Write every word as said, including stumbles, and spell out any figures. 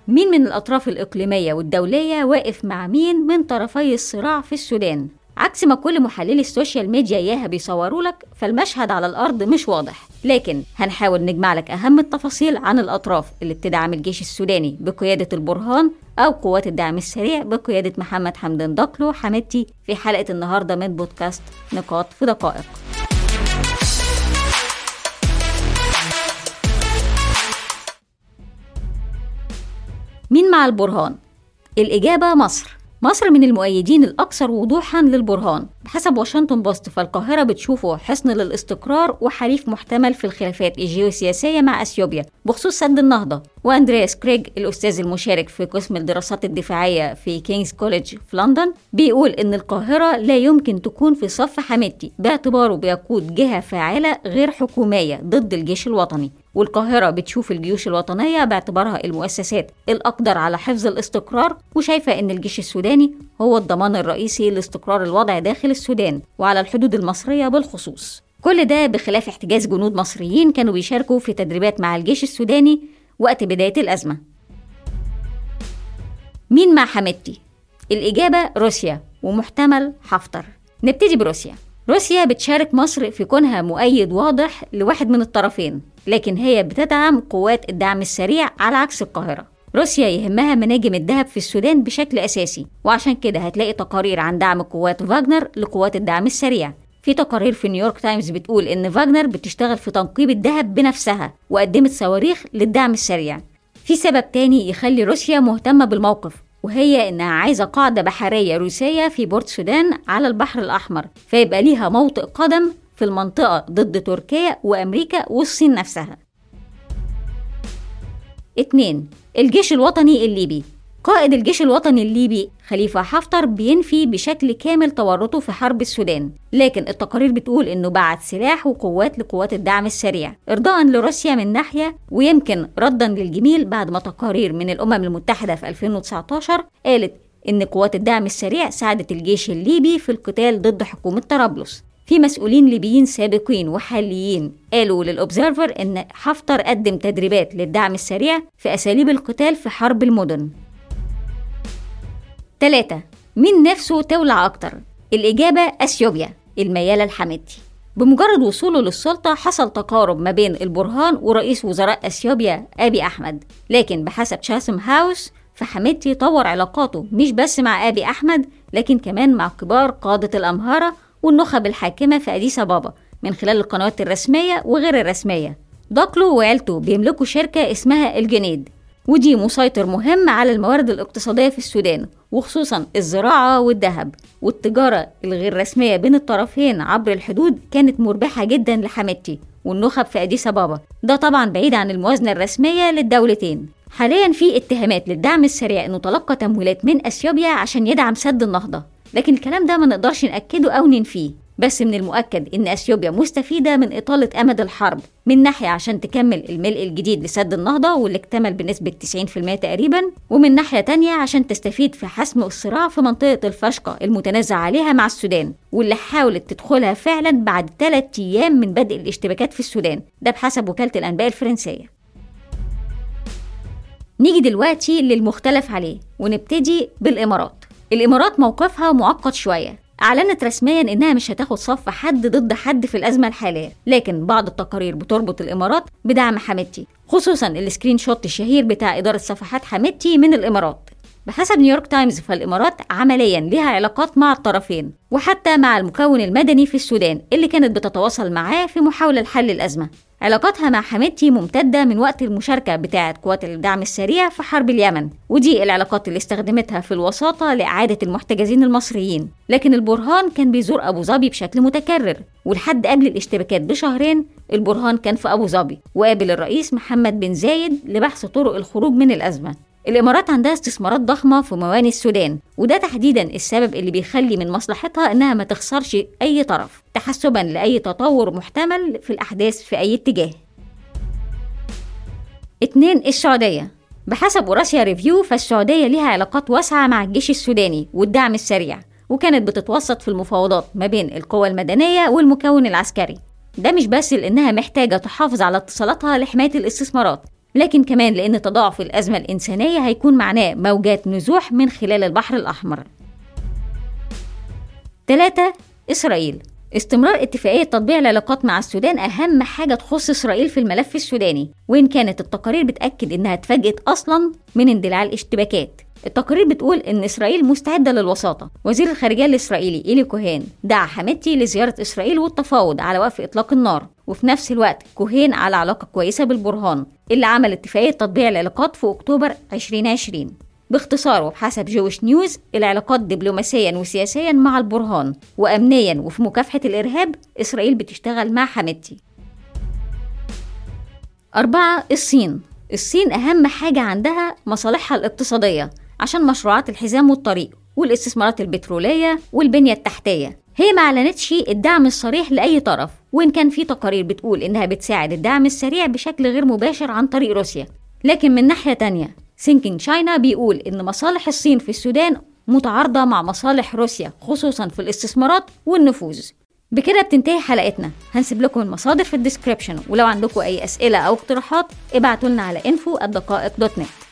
مين من الأطراف الإقليمية والدولية واقف مع مين من طرفي الصراع في السودان؟ عكس ما كل محللي السوشيال ميديا ياها بيصوروا لك، فالمشهد على الأرض مش واضح، لكن هنحاول نجمع لك أهم التفاصيل عن الأطراف اللي بتدعم الجيش السوداني بقيادة البرهان أو قوات الدعم السريع بقيادة محمد حمدان دقلو حميدتي في حلقة النهاردة من بودكاست نقاط في دقائق. مين مع البرهان؟ الإجابة مصر. مصر من المؤيدين الأكثر وضوحاً للبرهان. بحسب واشنطن بوست فالقاهرة بتشوفه حصن للاستقرار وحليف محتمل في الخلافات الجيوسياسية مع أثيوبيا بخصوص سد النهضة. وأندرياس كريغ الأستاذ المشارك في قسم الدراسات الدفاعية في كينغز كوليدج في لندن بيقول إن القاهرة لا يمكن تكون في صف حميدتي باعتباره بيقود جهة فاعلة غير حكومية ضد الجيش الوطني، والقاهرة بتشوف الجيوش الوطنية باعتبارها المؤسسات الأقدر على حفظ الاستقرار، وشايفة إن الجيش السوداني هو الضمان الرئيسي لاستقرار الوضع داخل السودان وعلى الحدود المصرية بالخصوص. كل ده بخلاف احتجاز جنود مصريين كانوا بيشاركوا في تدريبات مع الجيش السوداني وقت بداية الأزمة. مين مع حميدتي؟ الإجابة روسيا ومحتمل حفتر. نبتدي بروسيا. روسيا بتشارك مصر في كونها مؤيد واضح لواحد من الطرفين، لكن هي بتدعم قوات الدعم السريع على عكس القاهرة. روسيا يهمها مناجم الذهب في السودان بشكل أساسي، وعشان كده هتلاقي تقارير عن دعم قوات فاغنر لقوات الدعم السريع. في تقارير في نيويورك تايمز بتقول إن فاغنر بتشتغل في تنقيب الذهب بنفسها وقدمت صواريخ للدعم السريع. في سبب تاني يخلي روسيا مهتمة بالموقف، وهي إنها عايزة قاعدة بحرية روسية في بورت سودان على البحر الأحمر، فيبقى ليها موطئ قدم في المنطقة ضد تركيا وأمريكا والصين نفسها. اتنين. الجيش الوطني الليبي. قائد الجيش الوطني الليبي خليفة حفتر بينفي بشكل كامل تورطه في حرب السودان، لكن التقارير بتقول إنه بعت سلاح وقوات لقوات الدعم السريع إرضاء لروسيا من ناحية، ويمكن ردا للجميل بعد ما تقارير من الأمم المتحدة في ألفين وتسعتاشر قالت إن قوات الدعم السريع ساعدت الجيش الليبي في القتال ضد حكومة طرابلس. في مسؤولين ليبيين سابقين وحاليين قالوا للأوبزرفر إن حفتر قدم تدريبات للدعم السريع في أساليب القتال في حرب المدن. ثلاثة. مين نفسه تولع أكتر؟ الإجابة أثيوبيا الميالة الحميدتي. بمجرد وصوله للسلطة حصل تقارب ما بين البرهان ورئيس وزراء أثيوبيا أبي أحمد، لكن بحسب شاسم هاوس فحميدتي طور علاقاته مش بس مع أبي أحمد لكن كمان مع كبار قادة الأمهرة والنخب الحاكمة في أديس أبابا من خلال القنوات الرسمية وغير الرسمية. دقلو وعيلته بيملكوا شركة اسمها الجنيد، ودي مسيطر مهم على الموارد الاقتصادية في السودان وخصوصا الزراعة والذهب، والتجارة الغير رسمية بين الطرفين عبر الحدود كانت مربحة جدا لحميدتي والنخب في أديس أبابا، ده طبعا بعيد عن الموازنة الرسمية للدولتين. حاليا في اتهامات للدعم السريع انه تلقى تمويلات من اثيوبيا عشان يدعم سد النهضة، لكن الكلام ده ما نقدرش نأكده أو ننفيه، بس من المؤكد إن أثيوبيا مستفيدة من إطالة أمد الحرب، من ناحية عشان تكمل الملء الجديد لسد النهضة واللي اكتمل بنسبة تسعين بالمئة تقريبا، ومن ناحية تانية عشان تستفيد في حسم الصراع في منطقة الفشقة المتنازع عليها مع السودان، واللي حاولت تدخلها فعلا بعد ثلاثة أيام من بدء الاشتباكات في السودان، ده بحسب وكالة الأنباء الفرنسية. نيجي دلوقتي للمختلف عليه ونبتدي بالإمارات. الإمارات موقفها معقد شوية، أعلنت رسميا إنها مش هتاخد صف حد ضد حد في الأزمة الحالية، لكن بعض التقارير بتربط الإمارات بدعم حميدتي، خصوصا السكرين شوت الشهير بتاع إدارة صفحات حميدتي من الإمارات. بحسب نيويورك تايمز فالإمارات عمليا لها علاقات مع الطرفين وحتى مع المكون المدني في السودان اللي كانت بتتواصل معاه في محاولة لحل الأزمة. علاقاتها مع حميدتي ممتدة من وقت المشاركة بتاعة قوات الدعم السريع في حرب اليمن، ودي العلاقات اللي استخدمتها في الوساطة لإعادة المحتجزين المصريين. لكن البرهان كان بيزور أبو ظبي بشكل متكرر، ولحد قبل الاشتباكات بشهرين البرهان كان في أبو ظبي وقابل الرئيس محمد بن زايد لبحث طرق الخروج من الأزمة. الإمارات عندها استثمارات ضخمة في موانئ السودان، وده تحديدا السبب اللي بيخلي من مصلحتها إنها ما تخسرش أي طرف تحسبا لأي تطور محتمل في الأحداث في أي اتجاه. اتنين. السعودية. بحسب أوراسيا ريفيو فالسعودية لها علاقات واسعة مع الجيش السوداني والدعم السريع، وكانت بتتوسط في المفاوضات ما بين القوى المدنية والمكون العسكري. ده مش بس لأنها محتاجة تحافظ على اتصالاتها لحماية الاستثمارات، لكن كمان لأن تضاعف الأزمة الإنسانية هيكون معناه موجات نزوح من خلال البحر الأحمر. ثلاثة. إسرائيل. استمرار اتفاقية تطبيع العلاقات مع السودان أهم حاجة تخص إسرائيل في الملف السوداني، وإن كانت التقارير بتأكد إنها اتفاجئت أصلاً من اندلاع الاشتباكات. التقارير بتقول إن إسرائيل مستعدة للوساطة. وزير الخارجية الإسرائيلي إيلي كوهين دعا حميدتي لزيارة إسرائيل والتفاوض على وقف إطلاق النار، وفي نفس الوقت كوهين على علاقة كويسة بالبرهان اللي عمل اتفاقية تطبيع العلاقات في أكتوبر ألفين وعشرين. باختصار وبحسب جويش نيوز، العلاقات دبلوماسيا وسياسيا مع البرهان، وأمنيا وفي مكافحة الإرهاب إسرائيل بتشتغل مع حميدتي. أربعة. الصين. الصين أهم حاجة عندها مصالحها الاقتصادية عشان مشروعات الحزام والطريق والاستثمارات البترولية والبنية التحتية. هي ما اعلنتش الدعم الصريح لأي طرف، وإن كان في تقارير بتقول إنها بتساعد الدعم السريع بشكل غير مباشر عن طريق روسيا. لكن من ناحية تانية سينكينج تشاينا بيقول إن مصالح الصين في السودان متعارضة مع مصالح روسيا، خصوصا في الاستثمارات والنفوذ. بكده بتنتهي حلقتنا. هنسيب لكم المصادر في الديسكريبشن، ولو عندكم أي أسئلة أو اقتراحات ابعتوا لنا على info at دقائق دوت نت.